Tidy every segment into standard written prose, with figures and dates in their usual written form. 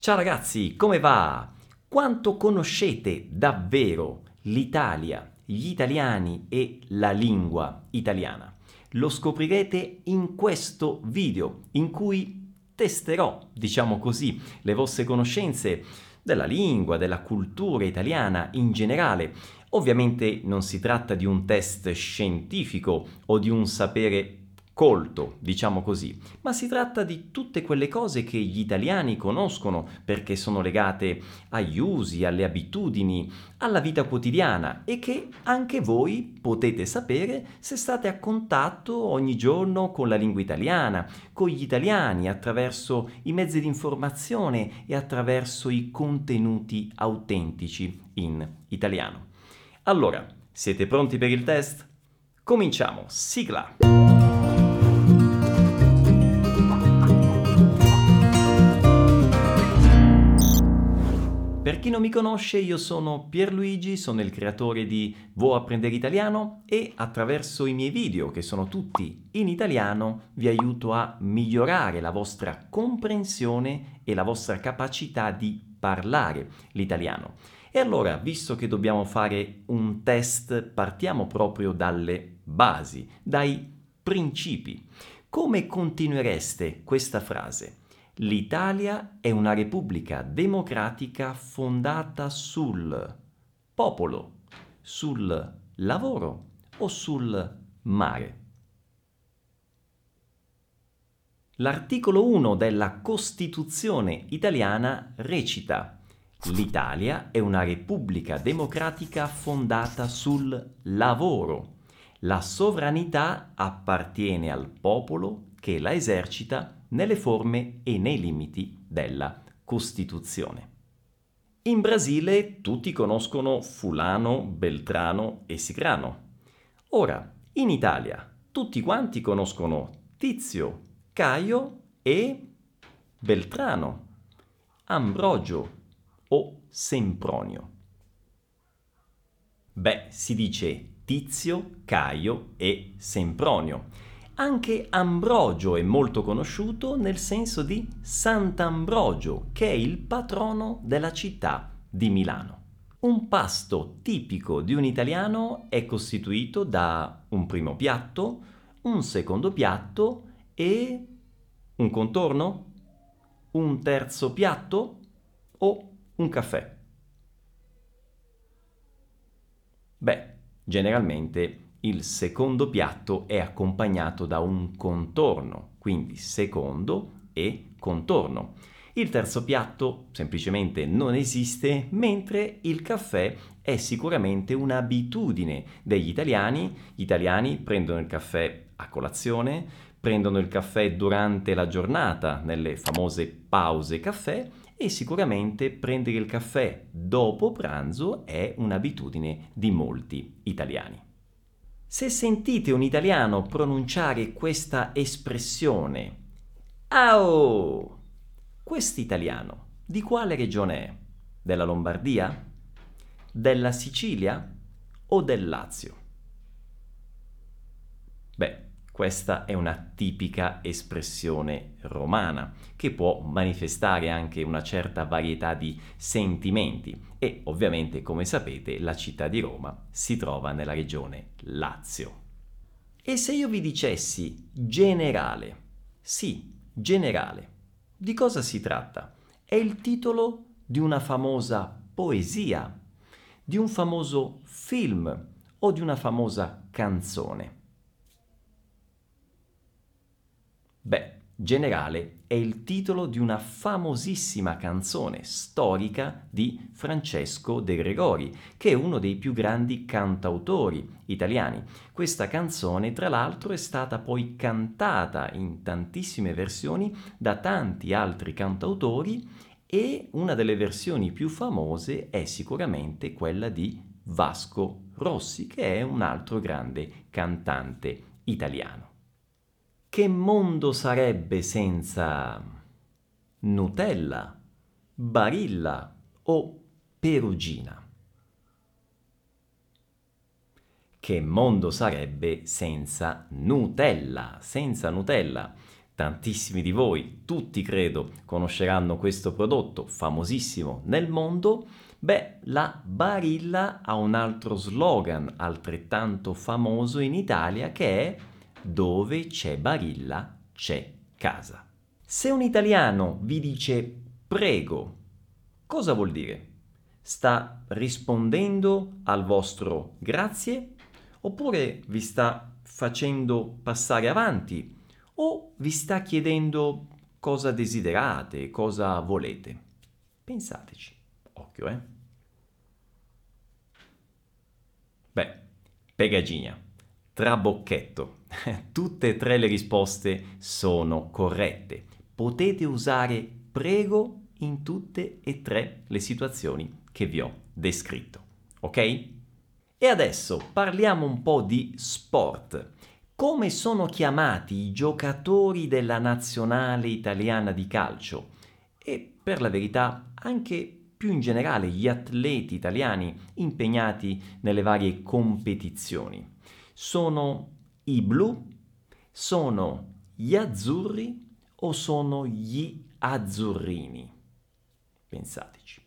Ciao ragazzi, come va? Quanto conoscete davvero l'Italia, gli italiani e la lingua italiana? Lo scoprirete in questo video in cui testerò, diciamo così, le vostre conoscenze della lingua, della cultura italiana in generale. Ovviamente non si tratta di un test scientifico o di un sapere colto, diciamo così, ma si tratta di tutte quelle cose che gli italiani conoscono perché sono legate agli usi, alle abitudini, alla vita quotidiana e che anche voi potete sapere se state a contatto ogni giorno con la lingua italiana, con gli italiani, attraverso i mezzi di informazione e attraverso i contenuti autentici in italiano. Allora, siete pronti per il test? Cominciamo, sigla! Per chi non mi conosce, io sono Pierluigi, sono il creatore di Vuoi apprendere italiano e attraverso i miei video, che sono tutti in italiano, vi aiuto a migliorare la vostra comprensione e la vostra capacità di parlare l'italiano. E allora, visto che dobbiamo fare un test, partiamo proprio dalle basi, dai principi. Come continuereste questa frase? L'Italia è una repubblica democratica fondata sul popolo, sul lavoro o sul mare. L'articolo 1 della Costituzione italiana recita: l'Italia è una repubblica democratica fondata sul lavoro. La sovranità appartiene al popolo che la esercita nelle forme e nei limiti della Costituzione. In Brasile tutti conoscono Fulano, Beltrano e Sigrano. Ora, in Italia tutti quanti conoscono Tizio, Caio e Beltrano, Ambrogio o Sempronio. Beh, si dice Tizio, Caio e Sempronio. Anche Ambrogio è molto conosciuto nel senso di Sant'Ambrogio, che è il patrono della città di Milano. Un pasto tipico di un italiano è costituito da un primo piatto, un secondo piatto e un contorno, un terzo piatto o un caffè. Beh, generalmente il secondo piatto è accompagnato da un contorno, quindi secondo e contorno. Il terzo piatto semplicemente non esiste, mentre il caffè è sicuramente un'abitudine degli italiani. Gli italiani prendono il caffè a colazione, prendono il caffè durante la giornata, nelle famose pause caffè, e sicuramente prendere il caffè dopo pranzo è un'abitudine di molti italiani. Se sentite un italiano pronunciare questa espressione, "Ao!", quest'italiano di quale regione è? Della Lombardia? Della Sicilia? O del Lazio? Beh, questa è una tipica espressione romana che può manifestare anche una certa varietà di sentimenti e ovviamente, come sapete, la città di Roma si trova nella regione Lazio. E se io vi dicessi generale? Sì, generale. Di cosa si tratta? È il titolo di una famosa poesia, di un famoso film o di una famosa canzone. Beh, Generale è il titolo di una famosissima canzone storica di Francesco De Gregori, che è uno dei più grandi cantautori italiani. Questa canzone, tra l'altro, è stata poi cantata in tantissime versioni da tanti altri cantautori e una delle versioni più famose è sicuramente quella di Vasco Rossi, che è un altro grande cantante italiano. Che mondo sarebbe senza Nutella, Barilla o Perugina? Che mondo sarebbe senza Nutella, senza Nutella? tantissimi di voi, tutti credo, conosceranno questo prodotto famosissimo nel mondo. Beh, la Barilla ha un altro slogan altrettanto famoso in Italia che è "Dove c'è Barilla c'è casa". Se un italiano vi dice prego, cosa vuol dire? Sta rispondendo al vostro grazie? Oppure vi sta facendo passare avanti? O vi sta chiedendo cosa desiderate, cosa volete? Pensateci. Occhio, eh? Beh, pegaggina, trabocchetto. Tutte e tre le risposte sono corrette. Potete usare prego in tutte e tre le situazioni che vi ho descritto, ok? E adesso parliamo un po' di sport. Come sono chiamati i giocatori della nazionale italiana di calcio? E per la verità anche più in generale gli atleti italiani impegnati nelle varie competizioni. Sono i blu, sono gli azzurri o sono gli azzurrini? Pensateci.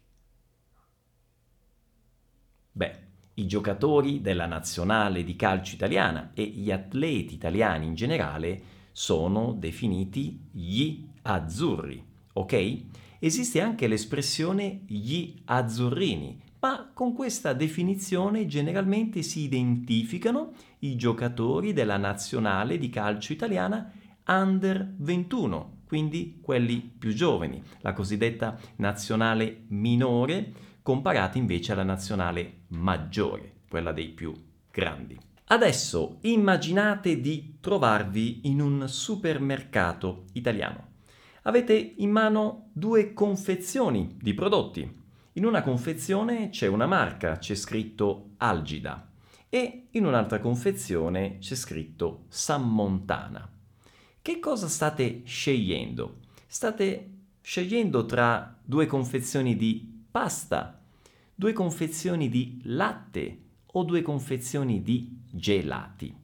Beh, i giocatori della nazionale di calcio italiana e gli atleti italiani in generale sono definiti gli azzurri, ok? Esiste anche l'espressione gli azzurrini, ma con questa definizione generalmente si identificano i giocatori della nazionale di calcio italiana under 21, quindi quelli più giovani, la cosiddetta nazionale minore, comparata invece alla nazionale maggiore, quella dei più grandi. Adesso immaginate di trovarvi in un supermercato italiano. Avete in mano due confezioni di prodotti. In una confezione c'è una marca, c'è scritto Algida, e in un'altra confezione c'è scritto Sammontana. Che cosa state scegliendo? State scegliendo tra due confezioni di pasta, due confezioni di latte o due confezioni di gelati?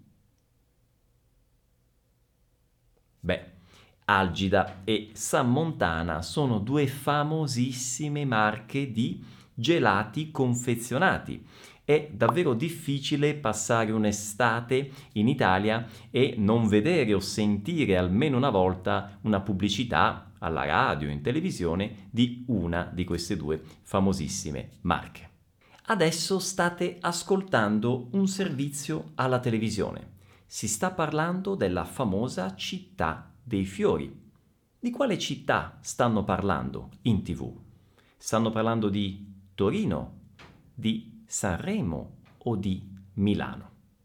Beh, Algida e Sammontana sono due famosissime marche di gelati confezionati. È davvero difficile passare un'estate in Italia e non vedere o sentire almeno una volta una pubblicità alla radio, in televisione, di una di queste due famosissime marche. Adesso state ascoltando un servizio alla televisione. Si sta parlando della famosa Città dei Fiori. Di quale città stanno parlando in TV? Stanno parlando di Torino, di Sanremo o di Milano?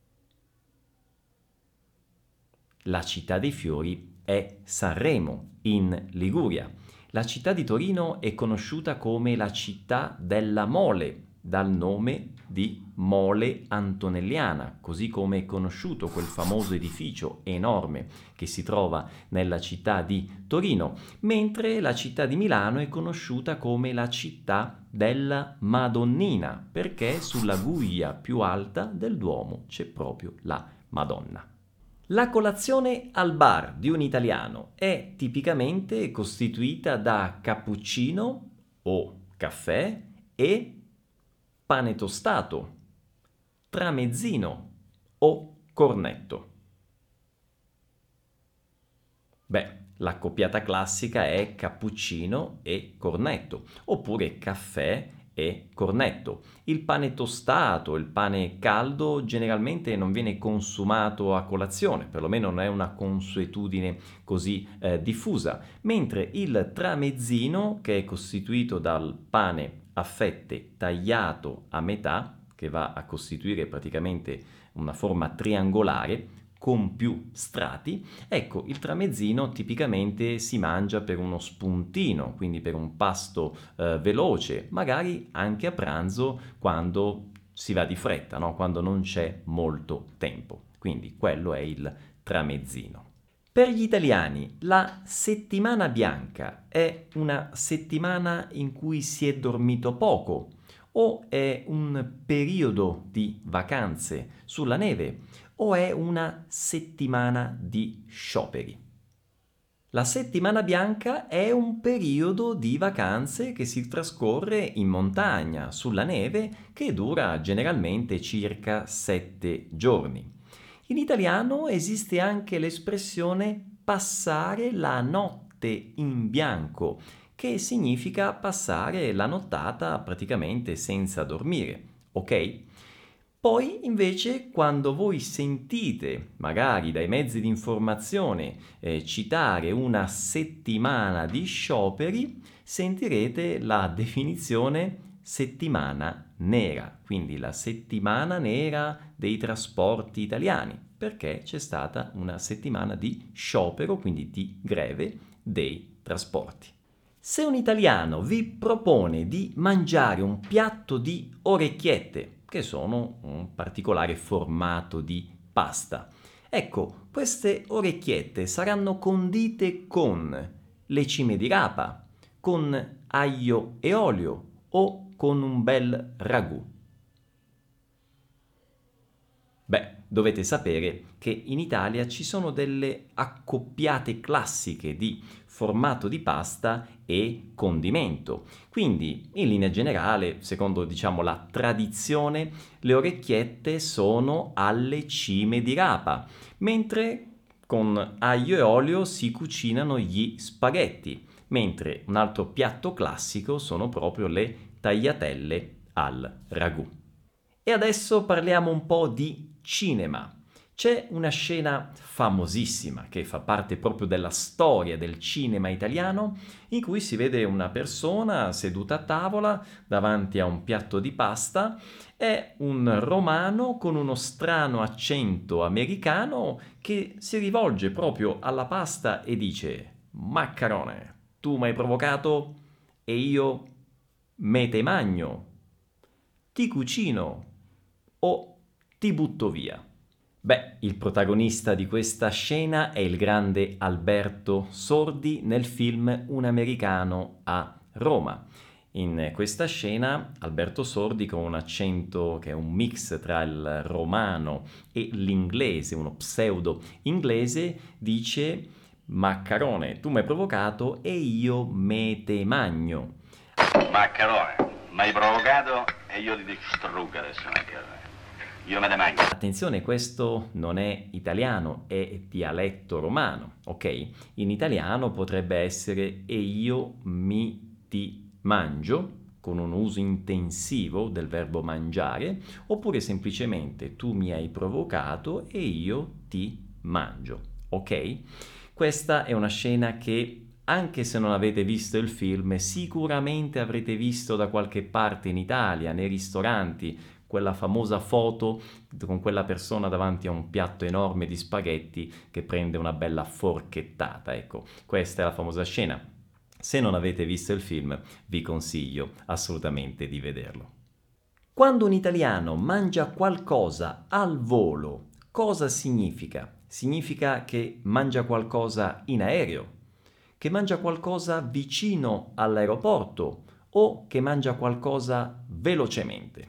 La Città dei Fiori è Sanremo, in Liguria. La città di Torino è conosciuta come la città della mole, dal nome di Mole Antonelliana, così come è conosciuto quel famoso edificio enorme che si trova nella città di Torino, mentre la città di Milano è conosciuta come la città della Madonnina, perché sulla guglia più alta del Duomo c'è proprio la Madonna. La colazione al bar di un italiano è tipicamente costituita da cappuccino o caffè e pane tostato, tramezzino o cornetto. Beh, l'accoppiata classica è cappuccino e cornetto, oppure caffè e cornetto. Il pane tostato, il pane caldo generalmente non viene consumato a colazione, perlomeno non è una consuetudine così diffusa, mentre il tramezzino, che è costituito dal pane a fette tagliato a metà, che va a costituire praticamente una forma triangolare con più strati, ecco, il tramezzino tipicamente si mangia per uno spuntino, quindi per un pasto veloce, magari anche a pranzo quando si va di fretta, no? Quando non c'è molto tempo. Quindi quello è il tramezzino. Per gli italiani la settimana bianca è una settimana in cui si è dormito poco o è un periodo di vacanze sulla neve o è una settimana di scioperi? La settimana bianca è un periodo di vacanze che si trascorre in montagna, sulla neve, che dura generalmente circa 7 giorni. In italiano esiste anche l'espressione passare la notte in bianco, che significa passare la nottata praticamente senza dormire, ok? Poi invece quando voi sentite, magari dai mezzi di informazione, citare una settimana di scioperi, sentirete la definizione settimana nera, quindi la settimana nera dei trasporti italiani, perché c'è stata una settimana di sciopero, quindi di greve dei trasporti. Se un italiano vi propone di mangiare un piatto di orecchiette, che sono un particolare formato di pasta, ecco, queste orecchiette saranno condite con le cime di rapa, con aglio e olio o con un bel ragù. Beh, dovete sapere che in Italia ci sono delle accoppiate classiche di formato di pasta e condimento. Quindi, in linea generale, secondo diciamo la tradizione, le orecchiette sono alle cime di rapa, mentre con aglio e olio si cucinano gli spaghetti, mentre un altro piatto classico sono proprio le tagliatelle al ragù. E adesso parliamo un po' di cinema. C'è una scena famosissima che fa parte proprio della storia del cinema italiano in cui si vede una persona seduta a tavola davanti a un piatto di pasta e un romano con uno strano accento americano che si rivolge proprio alla pasta e dice: Maccarone, tu m'hai provocato e io me te magno, ti cucino o ti butto via. Beh, il protagonista di questa scena è il grande Alberto Sordi nel film Un americano a Roma. In questa scena Alberto Sordi, con un accento che è un mix tra il romano e l'inglese, uno pseudo inglese, dice: Maccarone, tu mi hai provocato e io me te magno. Maccarone, mi hai provocato e io ti distruggo adesso, Maccarone. Io me ne mangio. Attenzione, questo non è italiano, è dialetto romano, ok? In italiano potrebbe essere e io mi ti mangio, con un uso intensivo del verbo mangiare, oppure semplicemente tu mi hai provocato e io ti mangio, ok? Questa è una scena che, anche se non avete visto il film, sicuramente avrete visto da qualche parte in Italia, nei ristoranti, quella famosa foto con quella persona davanti a un piatto enorme di spaghetti che prende una bella forchettata. Ecco, questa è la famosa scena. Se non avete visto il film, vi consiglio assolutamente di vederlo. Quando un italiano mangia qualcosa al volo, cosa significa? Significa che mangia qualcosa in aereo, che mangia qualcosa vicino all'aeroporto o che mangia qualcosa velocemente.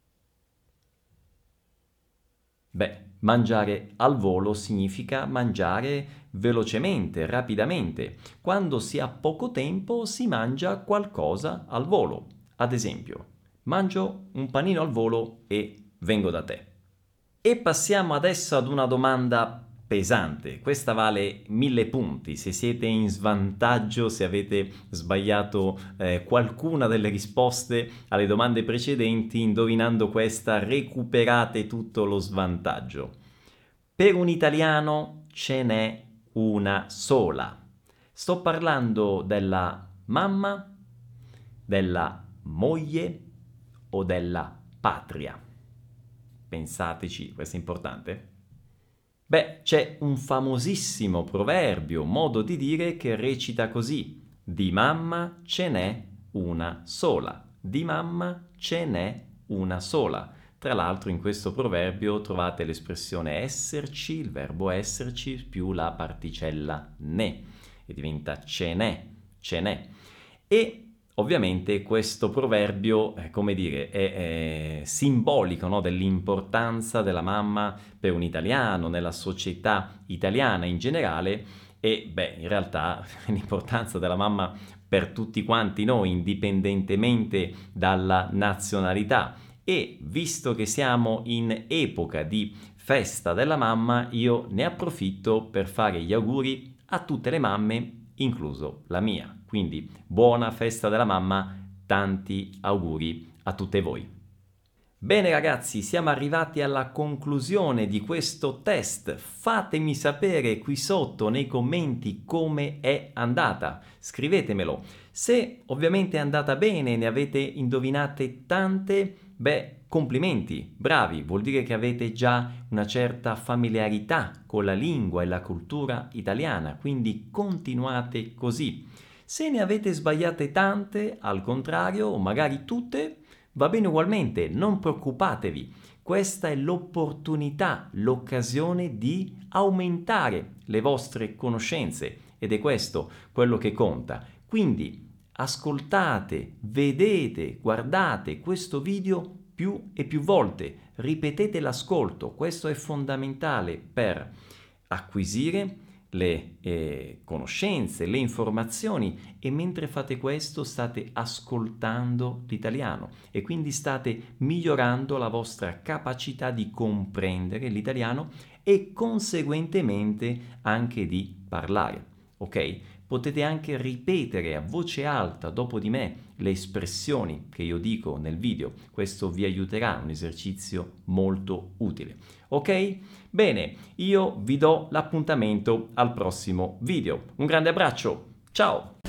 Beh, mangiare al volo significa mangiare velocemente, rapidamente. Quando si ha poco tempo si mangia qualcosa al volo. Ad esempio, mangio un panino al volo e vengo da te. E passiamo adesso ad una domanda pesante. Questa vale 1000 punti. Se siete in svantaggio, se avete sbagliato qualcuna delle risposte alle domande precedenti, indovinando questa, recuperate tutto lo svantaggio. Per un italiano ce n'è una sola. Sto parlando della mamma, della moglie o della patria. Pensateci, questo è importante. Beh, c'è un famosissimo proverbio, modo di dire che recita così: di mamma ce n'è una sola. Di mamma ce n'è una sola. Tra l'altro in questo proverbio trovate l'espressione esserci, il verbo esserci più la particella ne e diventa ce n'è, ce n'è. E ovviamente questo proverbio, come dire, è simbolico, no, dell'importanza della mamma per un italiano, nella società italiana in generale, E beh, in realtà l'importanza della mamma per tutti quanti noi, indipendentemente dalla nazionalità. E visto che siamo in epoca di festa della mamma, io ne approfitto per fare gli auguri a tutte le mamme, incluso la mia. Quindi buona festa della mamma, tanti auguri a tutte voi. Bene ragazzi, siamo arrivati alla conclusione di questo test. Fatemi sapere qui sotto nei commenti come è andata. Scrivetemelo. Se ovviamente è andata bene, ne avete indovinate tante, beh, complimenti, bravi, vuol dire che avete già una certa familiarità con la lingua e la cultura italiana, quindi continuate così. Se ne avete sbagliate tante, al contrario, o magari tutte, va bene ugualmente, non preoccupatevi. Questa è l'opportunità, l'occasione di aumentare le vostre conoscenze ed è questo quello che conta. Quindi ascoltate, vedete, guardate questo video più e più volte, ripetete l'ascolto, questo è fondamentale per acquisire le conoscenze, le informazioni e mentre fate questo state ascoltando l'italiano e quindi state migliorando la vostra capacità di comprendere l'italiano e conseguentemente anche di parlare, ok? Potete anche ripetere a voce alta dopo di me le espressioni che io dico nel video, questo vi aiuterà, un esercizio molto utile. Ok? Bene, io vi do l'appuntamento al prossimo video. Un grande abbraccio, ciao!